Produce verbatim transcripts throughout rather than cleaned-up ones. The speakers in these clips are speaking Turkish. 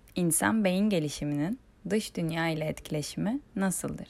İnsan beyin gelişiminin dış dünya ile etkileşimi nasıldır?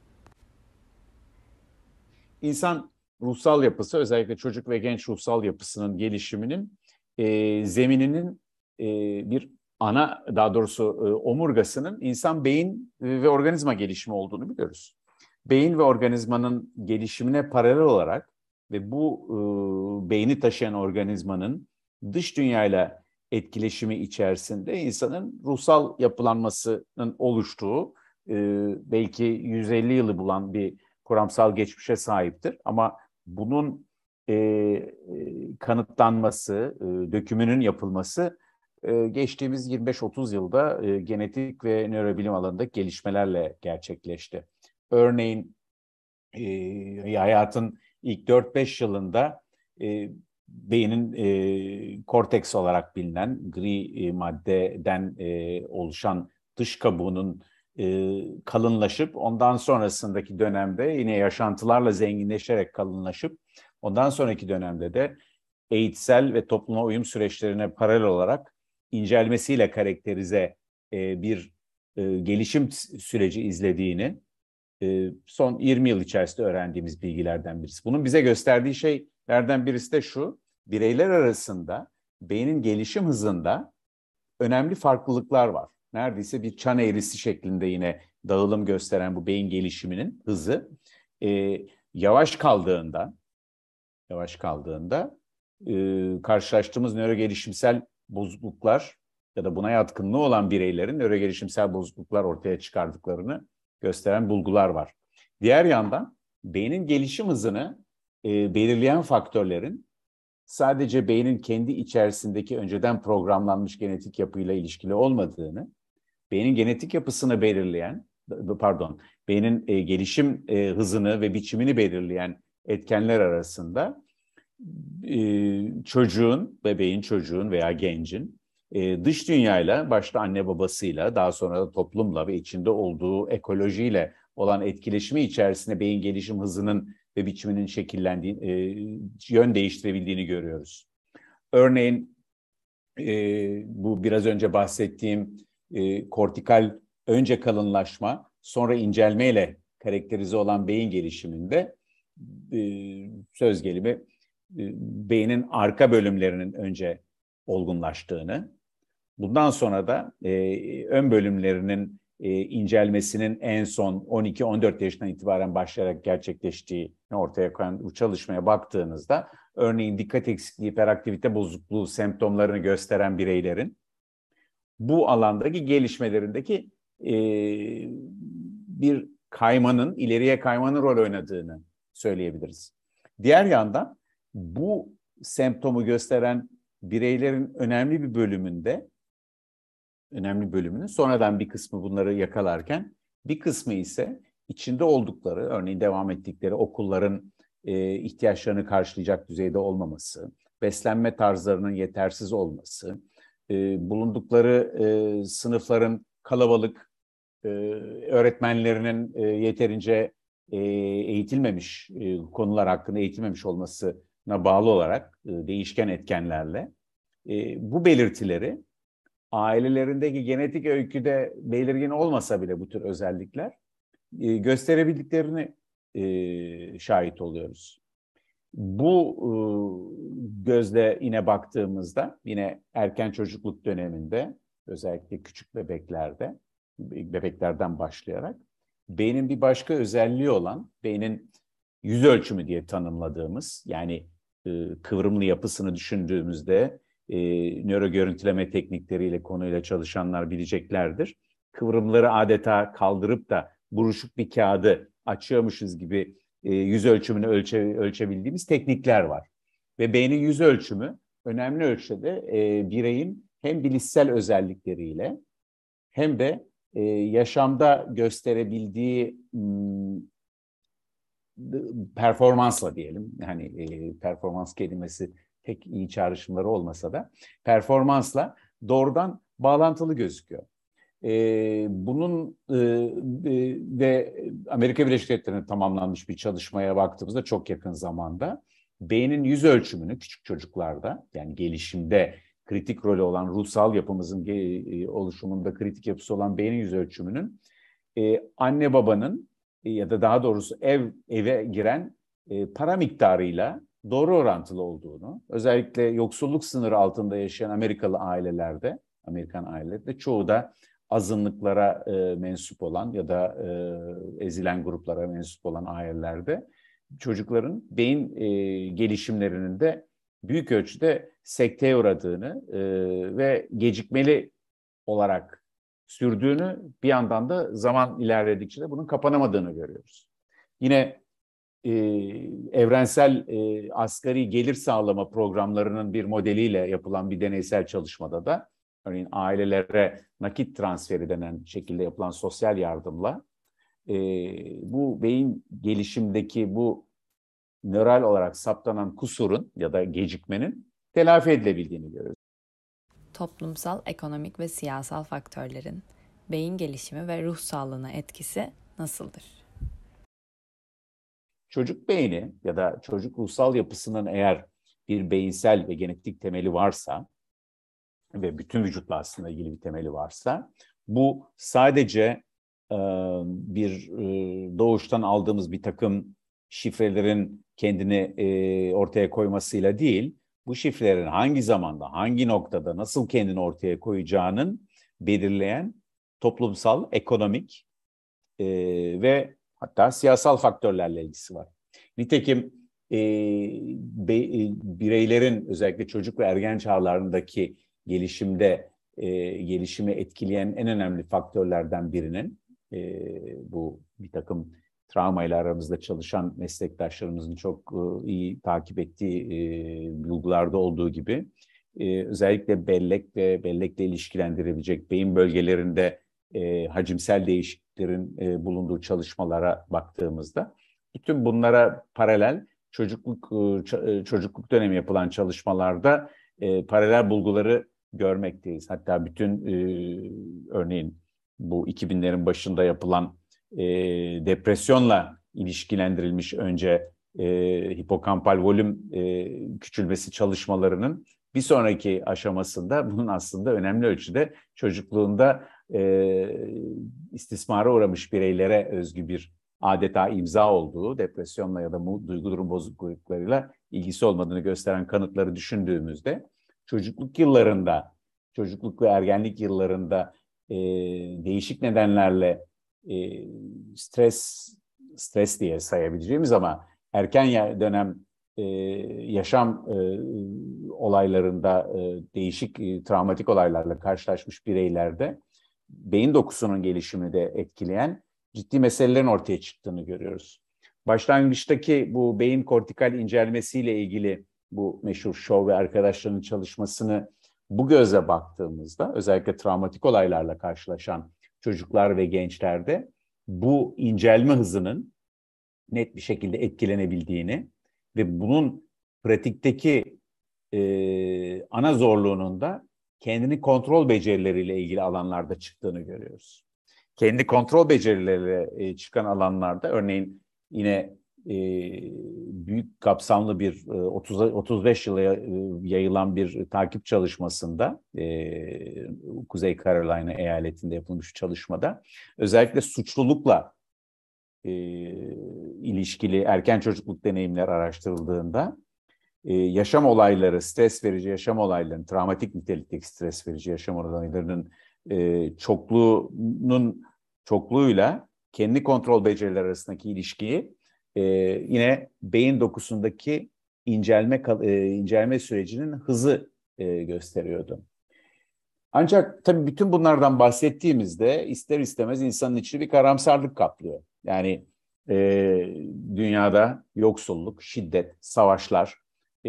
İnsan ruhsal yapısı, özellikle çocuk ve genç ruhsal yapısının gelişiminin e, zemininin e, bir ana, daha doğrusu e, omurgasının insan beyin ve organizma gelişimi olduğunu biliyoruz. Beyin ve organizmanın gelişimine paralel olarak ve bu e, beyni taşıyan organizmanın dış dünyayla etkileşimi içerisinde insanın ruhsal yapılanmasının oluştuğu e, belki yüz elli yılı bulan bir kuramsal geçmişe sahiptir. Ama bunun e, e, kanıtlanması, e, dökümünün yapılması e, geçtiğimiz yirmi beş otuz yılda e, genetik ve nörobilim alanındaki gelişmelerle gerçekleşti. Örneğin e, hayatın ilk dört beş yılında e, beynin e, korteks olarak bilinen gri e, maddeden e, oluşan dış kabuğunun e, kalınlaşıp ondan sonrasındaki dönemde yine yaşantılarla zenginleşerek kalınlaşıp ondan sonraki dönemde de eğitsel ve topluma uyum süreçlerine paralel olarak incelmesiyle karakterize e, bir e, gelişim süreci izlediğini e, son yirmi yıl içerisinde öğrendiğimiz bilgilerden birisi. Bunun bize gösterdiği şeylerden birisi de şu: bireyler arasında beynin gelişim hızında önemli farklılıklar var. Neredeyse bir çan eğrisi şeklinde yine dağılım gösteren bu beyin gelişiminin hızı e, yavaş kaldığında, yavaş kaldığında e, karşılaştığımız nörogelişimsel bozukluklar ya da buna yatkınlığı olan bireylerin nörogelişimsel bozukluklar ortaya çıkardıklarını gösteren bulgular var. Diğer yandan beynin gelişim hızını e, belirleyen faktörlerin sadece beynin kendi içerisindeki önceden programlanmış genetik yapıyla ilişkili olmadığını, beynin genetik yapısını belirleyen, pardon, beynin e, gelişim e, hızını ve biçimini belirleyen etkenler arasında e, çocuğun, bebeğin, çocuğun veya gencin e, dış dünyayla, başta anne babasıyla, daha sonra da toplumla ve içinde olduğu ekolojiyle olan etkileşimi içerisinde beyin gelişim hızının ve biçiminin şekillendiği, e, yön değiştirebildiğini görüyoruz. Örneğin e, bu biraz önce bahsettiğim e, kortikal önce kalınlaşma, sonra incelmeyle karakterize olan beyin gelişiminde e, söz gelimi e, beynin arka bölümlerinin önce olgunlaştığını, bundan sonra da e, ön bölümlerinin e, incelmesinin en son on iki on dört yaşından itibaren başlayarak gerçekleştiği ortaya koyan bu çalışmaya baktığınızda, örneğin dikkat eksikliği, hiperaktivite bozukluğu semptomlarını gösteren bireylerin bu alandaki gelişmelerindeki e, bir kaymanın, ileriye kaymanın rol oynadığını söyleyebiliriz. Diğer yandan bu semptomu gösteren bireylerin önemli bir bölümünde, önemli bölümünün sonradan bir kısmı bunları yakalarken, bir kısmı ise içinde oldukları, örneğin devam ettikleri okulların e, ihtiyaçlarını karşılayacak düzeyde olmaması, beslenme tarzlarının yetersiz olması, e, bulundukları e, sınıfların kalabalık, e, öğretmenlerinin e, yeterince e, eğitilmemiş, e, konular hakkında eğitilmemiş olmasına bağlı olarak e, değişken etkenlerle e, bu belirtileri ailelerindeki genetik öyküde belirgin olmasa bile bu tür özellikler e, gösterebildiklerini e, şahit oluyoruz. Bu e, gözle yine baktığımızda, yine erken çocukluk döneminde, özellikle küçük bebeklerde, bebeklerden başlayarak beynin bir başka özelliği olan, beynin yüz ölçümü diye tanımladığımız, yani e, kıvrımlı yapısını düşündüğümüzde e, nöro görüntüleme teknikleriyle, konuyla çalışanlar bileceklerdir. Kıvrımları adeta kaldırıp da buruşuk bir kağıdı açıyormuşuz gibi e, yüz ölçümünü ölçe, ölçebildiğimiz teknikler var. Ve beynin yüz ölçümü önemli ölçüde e, bireyin hem bilişsel özellikleriyle hem de e, yaşamda gösterebildiği m, performansla diyelim. Yani e, performans kelimesi pek iyi çağrışımları olmasa da performansla doğrudan bağlantılı gözüküyor. E, bunun e, e, ve Amerika Birleşik Devletleri'nde tamamlanmış bir çalışmaya baktığımızda çok yakın zamanda beynin yüz ölçümünü küçük çocuklarda, yani gelişimde kritik rolü olan ruhsal yapımızın e, oluşumunda kritik yapısı olan beynin yüz ölçümünün e, anne babanın e, ya da daha doğrusu ev eve giren e, para miktarıyla doğru orantılı olduğunu, özellikle yoksulluk sınırı altında yaşayan Amerikalı ailelerde, Amerikan ailelerinde çoğu da azınlıklara e, mensup olan ya da e, ezilen gruplara mensup olan ailelerde çocukların beyin e, gelişimlerinin de büyük ölçüde sekteye uğradığını e, ve gecikmeli olarak sürdüğünü, bir yandan da zaman ilerledikçe de bunun kapanamadığını görüyoruz. Yine e, evrensel e, asgari gelir sağlama programlarının bir modeliyle yapılan bir deneysel çalışmada da, örneğin ailelere nakit transferi denen şekilde yapılan sosyal yardımla e, bu beyin gelişimdeki bu nöral olarak saptanan kusurun ya da gecikmenin telafi edilebildiğini görüyoruz. Toplumsal, ekonomik ve siyasal faktörlerin beyin gelişimi ve ruh sağlığına etkisi nasıldır? Çocuk beyni ya da çocuk ruhsal yapısının eğer bir beyinsel ve genetik temeli varsa ve bütün vücutla aslında ilgili bir temeli varsa, bu sadece e, bir e, doğuştan aldığımız bir takım şifrelerin kendini e, ortaya koymasıyla değil, bu şifrelerin hangi zamanda, hangi noktada, nasıl kendini ortaya koyacağının belirleyen toplumsal, ekonomik e, ve hatta siyasal faktörlerle ilgisi var. Nitekim e, be, e, bireylerin özellikle çocuk ve ergen çağlarındaki gelişimde e, gelişimi etkileyen en önemli faktörlerden birinin e, bu bir takım travmayla aramızda çalışan meslektaşlarımızın çok e, iyi takip ettiği e, bulgularda olduğu gibi e, özellikle bellek ve bellekle ilişkilendirebilecek beyin bölgelerinde e, hacimsel değişikliklerin e, bulunduğu çalışmalara baktığımızda bütün bunlara paralel çocukluk e, çocukluk dönemi yapılan çalışmalarda e, paralel bulguları görmekteyiz. Hatta bütün e, örneğin bu iki binlerin başında yapılan e, depresyonla ilişkilendirilmiş önce e, hipokampal volüm e, küçülmesi çalışmalarının bir sonraki aşamasında bunun aslında önemli ölçüde çocukluğunda e, istismara uğramış bireylere özgü bir adeta imza olduğu, depresyonla ya da bu duygu durum bozukluklarıyla ilgisi olmadığını gösteren kanıtları düşündüğümüzde, çocukluk yıllarında, çocukluk ve ergenlik yıllarında e, değişik nedenlerle e, stres stres diye sayabileceğimiz ama erken dönem e, yaşam e, olaylarında e, değişik e, travmatik olaylarla karşılaşmış bireylerde beyin dokusunun gelişimini de etkileyen ciddi meselelerin ortaya çıktığını görüyoruz. Başlangıçtaki bu beyin kortikal incelmesiyle ilgili bu meşhur Shaw ve arkadaşlarının çalışmasını bu gözle baktığımızda, özellikle travmatik olaylarla karşılaşan çocuklar ve gençlerde bu incelme hızının net bir şekilde etkilenebildiğini ve bunun pratikteki e, ana zorluğunun da kendini kontrol becerileriyle ilgili alanlarda çıktığını görüyoruz. Kendi kontrol becerileriyle e, çıkan alanlarda, örneğin yine e, büyük kapsamlı bir e, otuz otuz beş yıla e, yayılan bir takip çalışmasında e, Kuzey Carolina eyaletinde yapılmış çalışmada özellikle suçlulukla e, ilişkili erken çocukluk deneyimler araştırıldığında e, yaşam olayları, stres verici yaşam olaylarının, travmatik nitelikteki stres verici yaşam olaylarının e, çokluğunun çokluğuyla kendi kontrol becerileri arasındaki ilişkiyi e, yine beyin dokusundaki incelme e, incelme sürecinin hızı e, gösteriyordu. Ancak tabii bütün bunlardan bahsettiğimizde ister istemez insanın içi bir karamsarlık kaplıyor. Yani e, dünyada yoksulluk, şiddet, savaşlar, e,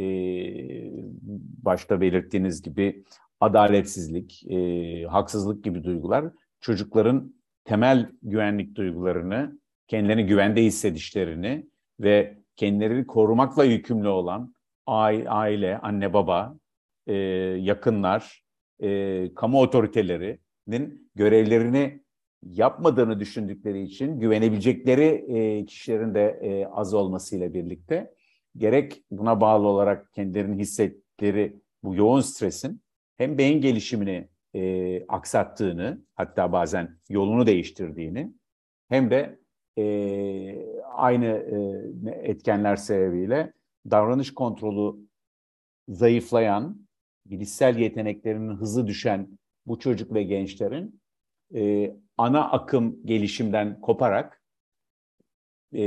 başta belirttiğiniz gibi adaletsizlik, e, haksızlık gibi duygular çocukların temel güvenlik duygularını, kendilerini güvende hissedişlerini ve kendilerini korumakla yükümlü olan aile, anne baba, e, yakınlar, e, kamu otoritelerinin görevlerini yapmadığını düşündükleri için güvenebilecekleri e, kişilerin de e, az olmasıyla birlikte gerek buna bağlı olarak kendilerini hissettikleri bu yoğun stresin hem beyin gelişimini e, aksattığını, hatta bazen yolunu değiştirdiğini, hem de e, aynı e, etkenler sebebiyle davranış kontrolü zayıflayan, bilişsel yeteneklerinin hızı düşen bu çocuk ve gençlerin e, ana akım gelişimden koparak e,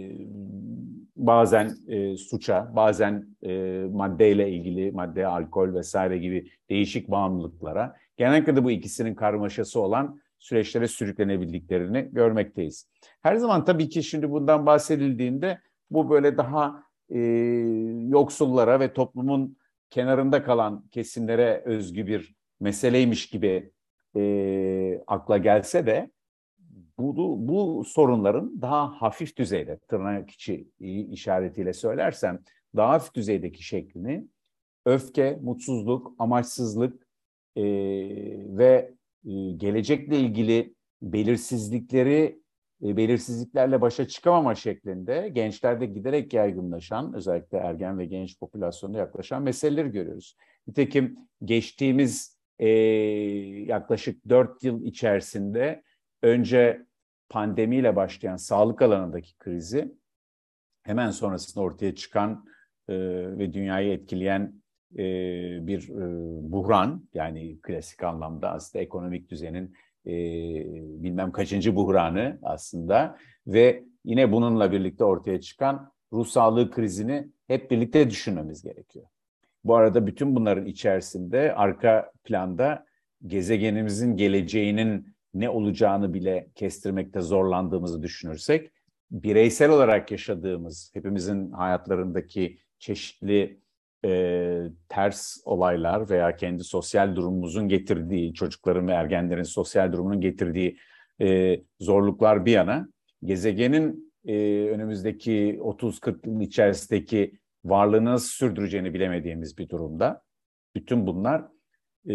bazen e, suça, bazen e, maddeyle ilgili, madde, alkol vesaire gibi değişik bağımlılıklara, genellikle de bu ikisinin karmaşası olan süreçlere sürüklenebildiklerini görmekteyiz. Her zaman tabii ki şimdi bundan bahsedildiğinde bu böyle daha e, yoksullara ve toplumun kenarında kalan kesimlere özgü bir meseleymiş gibi e, akla gelse de bu, bu sorunların daha hafif düzeyde, tırnak içi işaretiyle söylersem, daha hafif düzeydeki şeklini öfke, mutsuzluk, amaçsızlık e, ve e, gelecekle ilgili belirsizlikleri, e, belirsizliklerle başa çıkamama şeklinde gençlerde giderek yaygınlaşan, özellikle ergen ve genç popülasyonuna yaklaşan meseleleri görüyoruz. Nitekim geçtiğimiz e, yaklaşık dört yıl içerisinde önce pandemiyle başlayan sağlık alanındaki krizi, hemen sonrasında ortaya çıkan e, ve dünyayı etkileyen e, bir e, buhran, yani klasik anlamda aslında ekonomik düzenin e, bilmem kaçıncı buhranı aslında ve yine bununla birlikte ortaya çıkan ruh sağlığı krizini hep birlikte düşünmemiz gerekiyor. Bu arada bütün bunların içerisinde arka planda gezegenimizin geleceğinin ne olacağını bile kestirmekte zorlandığımızı düşünürsek, bireysel olarak yaşadığımız, hepimizin hayatlarındaki çeşitli e, ters olaylar veya kendi sosyal durumumuzun getirdiği, çocukların ve ergenlerin sosyal durumunun getirdiği e, zorluklar bir yana, gezegenin e, önümüzdeki otuz kırk yıl içerisindeki varlığını nasıl sürdüreceğini bilemediğimiz bir durumda, bütün bunlar e,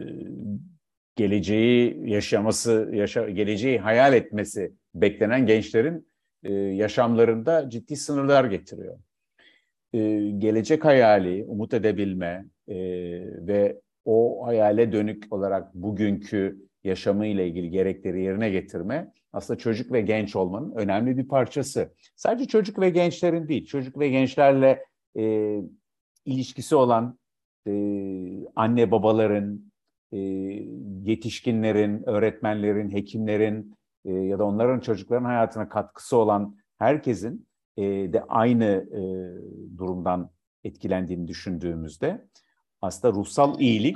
geleceği yaşaması, yaşa, geleceği hayal etmesi beklenen gençlerin e, yaşamlarında ciddi sınırlar getiriyor. E, gelecek hayali, umut edebilme e, ve o hayale dönük olarak bugünkü yaşamıyla ilgili gerekleri yerine getirme aslında çocuk ve genç olmanın önemli bir parçası. Sadece çocuk ve gençlerin değil, çocuk ve gençlerle e, ilişkisi olan e, anne babaların, e, yetişkinlerin, öğretmenlerin, hekimlerin e, ya da onların çocukların hayatına katkısı olan herkesin e, de aynı e, durumdan etkilendiğini düşündüğümüzde aslında ruhsal iyilik,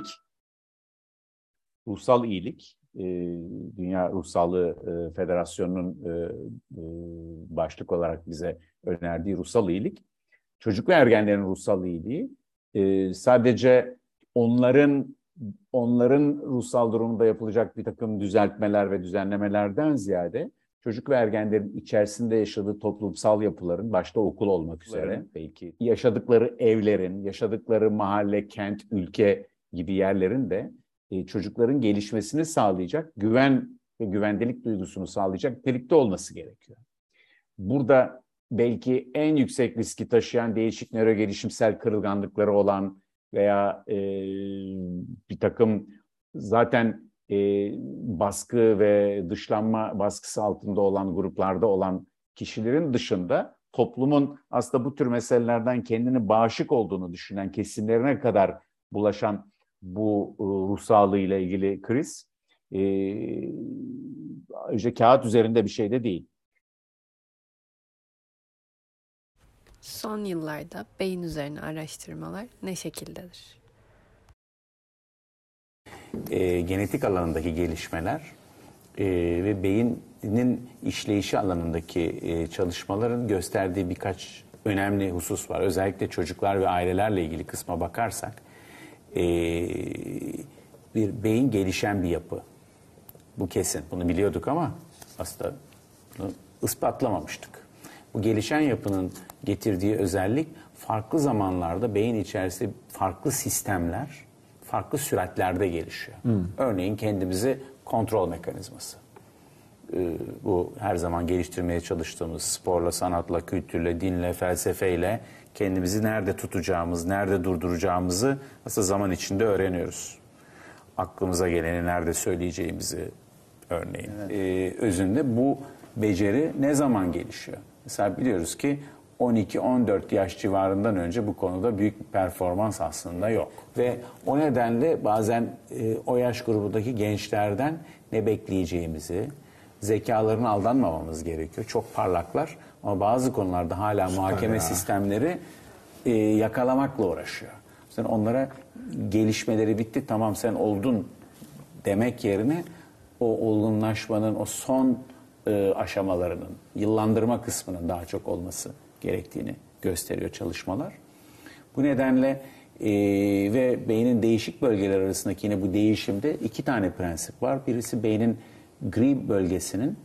ruhsal iyilik, e, Dünya Ruh Sağlığı e, Federasyonu'nun e, e, başlık olarak bize önerdiği ruhsal iyilik, çocuk ve ergenlerin ruhsal iyiliği e, sadece onların onların ruhsal durumunda yapılacak bir takım düzeltmeler ve düzenlemelerden ziyade çocuk ve ergenlerin içerisinde yaşadığı toplumsal yapıların, başta okul olmak üzere belki yaşadıkları evlerin, yaşadıkları mahalle, kent, ülke gibi yerlerin de e, çocukların gelişmesini sağlayacak, güven ve güvendelik duygusunu sağlayacak nitelikte olması gerekiyor. Burada belki en yüksek riski taşıyan değişik nörogelişimsel kırılganlıkları olan veya e, bir takım zaten e, baskı ve dışlanma baskısı altında olan gruplarda olan kişilerin dışında toplumun aslında bu tür meselelerden kendini bağışık olduğunu düşünen kesimlerine kadar bulaşan bu e, ruh sağlığı ile ilgili kriz e, işte kağıt üzerinde bir şey de değil. Son yıllarda beyin üzerine araştırmalar ne şekildedir? E, genetik alanındaki gelişmeler e, ve beynin işleyişi alanındaki e, çalışmaların gösterdiği birkaç önemli husus var. Özellikle çocuklar ve ailelerle ilgili kısma bakarsak e, bir beyin gelişen bir yapı. Bu kesin. Bunu biliyorduk ama aslında bunu ispatlamamıştık. Bu gelişen yapının getirdiği özellik farklı zamanlarda beyin içerisinde farklı sistemler, farklı süratlerde gelişiyor. Hmm. Örneğin kendimizi kontrol mekanizması. Ee, bu her zaman geliştirmeye çalıştığımız sporla, sanatla, kültürle, dinle, felsefeyle kendimizi nerede tutacağımız, nerede durduracağımızı aslında zaman içinde öğreniyoruz. aklımıza geleni nerede söyleyeceğimizi örneğin. Evet. Ee, özünde bu beceri ne zaman gelişiyor? Mesela biliyoruz ki on iki on dört yaş civarından önce bu konuda büyük bir performans aslında yok. Ve o nedenle bazen e, o yaş grubundaki gençlerden ne bekleyeceğimizi, zekalarına aldanmamamız gerekiyor. Çok parlaklar ama bazı konularda hala Süper muhakeme ya. sistemleri e, yakalamakla uğraşıyor. Sen onlara gelişmeleri bitti, tamam sen oldun demek yerine o olgunlaşmanın o son e, aşamalarının, yıllandırma kısmının daha çok olması gerektiğini gösteriyor çalışmalar. Bu nedenle e, ve beynin değişik bölgeler arasındaki yine bu değişimde iki tane prensip var. Birisi beynin gri bölgesinin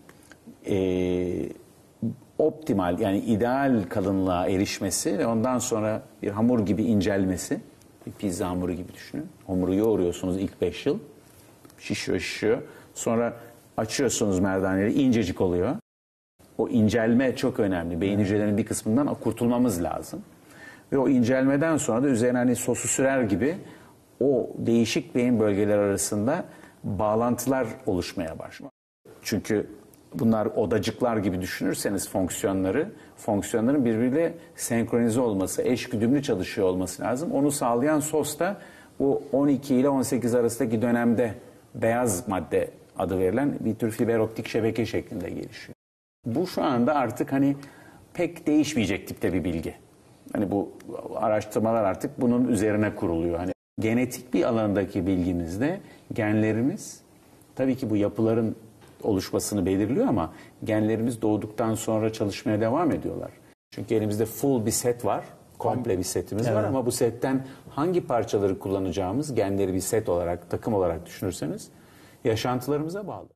e, optimal yani ideal kalınlığa erişmesi ve ondan sonra bir hamur gibi incelmesi. Bir pizza hamuru gibi düşünün. Hamuru yoğuruyorsunuz ilk beş yıl. Şişiyor şişiyor. Sonra açıyorsunuz merdaneleri, incecik oluyor. O incelme çok önemli. Beyin hücrelerinin bir kısmından kurtulmamız lazım. Ve o incelmeden sonra da üzerine hani sosu sürer gibi o değişik beyin bölgeleri arasında bağlantılar oluşmaya başlıyor. Çünkü bunlar odacıklar gibi düşünürseniz fonksiyonları, fonksiyonların birbiriyle senkronize olması, eşgüdümlü çalışıyor olması lazım. Onu sağlayan sos da bu on iki ile on sekiz arasındaki dönemde beyaz madde adı verilen bir tür fiber optik şebeke şeklinde gelişiyor. Bu şu anda artık hani pek değişmeyecek tipte bir bilgi. Hani bu araştırmalar artık bunun üzerine kuruluyor. Hani genetik bir alandaki bilgimizde genlerimiz tabii ki bu yapıların oluşmasını belirliyor ama genlerimiz doğduktan sonra çalışmaya devam ediyorlar. Çünkü elimizde full bir set var, komple bir setimiz evet. var ama bu setten hangi parçaları kullanacağımız genleri bir set olarak, takım olarak düşünürseniz yaşantılarımıza bağlı.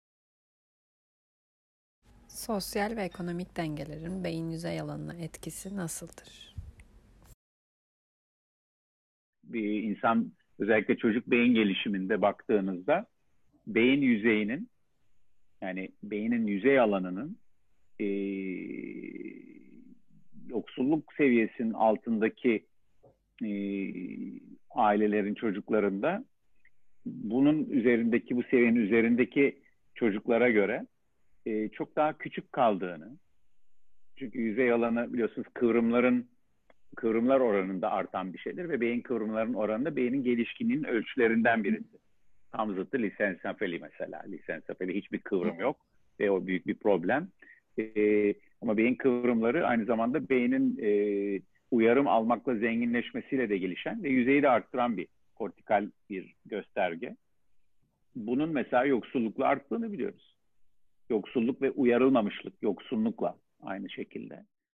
Sosyal ve ekonomik dengelerin beyin yüzey alanına etkisi nasıldır? Bir insan özellikle çocuk beyin gelişiminde baktığınızda beyin yüzeyinin yani beynin yüzey alanının e, yoksulluk seviyesinin altındaki e, ailelerin çocuklarında bunun üzerindeki bu seviyenin üzerindeki çocuklara göre e, çok daha küçük kaldığını, çünkü yüzey alanı biliyorsunuz kıvrımların kıvrımlar oranında artan bir şeydir ve beyin kıvrımların oranında beynin gelişkinliğinin ölçülerinden birisi. Tam zıttı lisensafeli mesela. Lisensafeli hiçbir kıvrım yok ve o büyük bir problem. E, ama beyin kıvrımları aynı zamanda beynin e, uyarım almakla zenginleşmesiyle de gelişen ve yüzeyi de arttıran bir kortikal bir gösterge. Bunun mesela yoksullukla arttığını biliyoruz. Yoksulluk ve uyarılmamışlık, yoksunlukla aynı şekilde.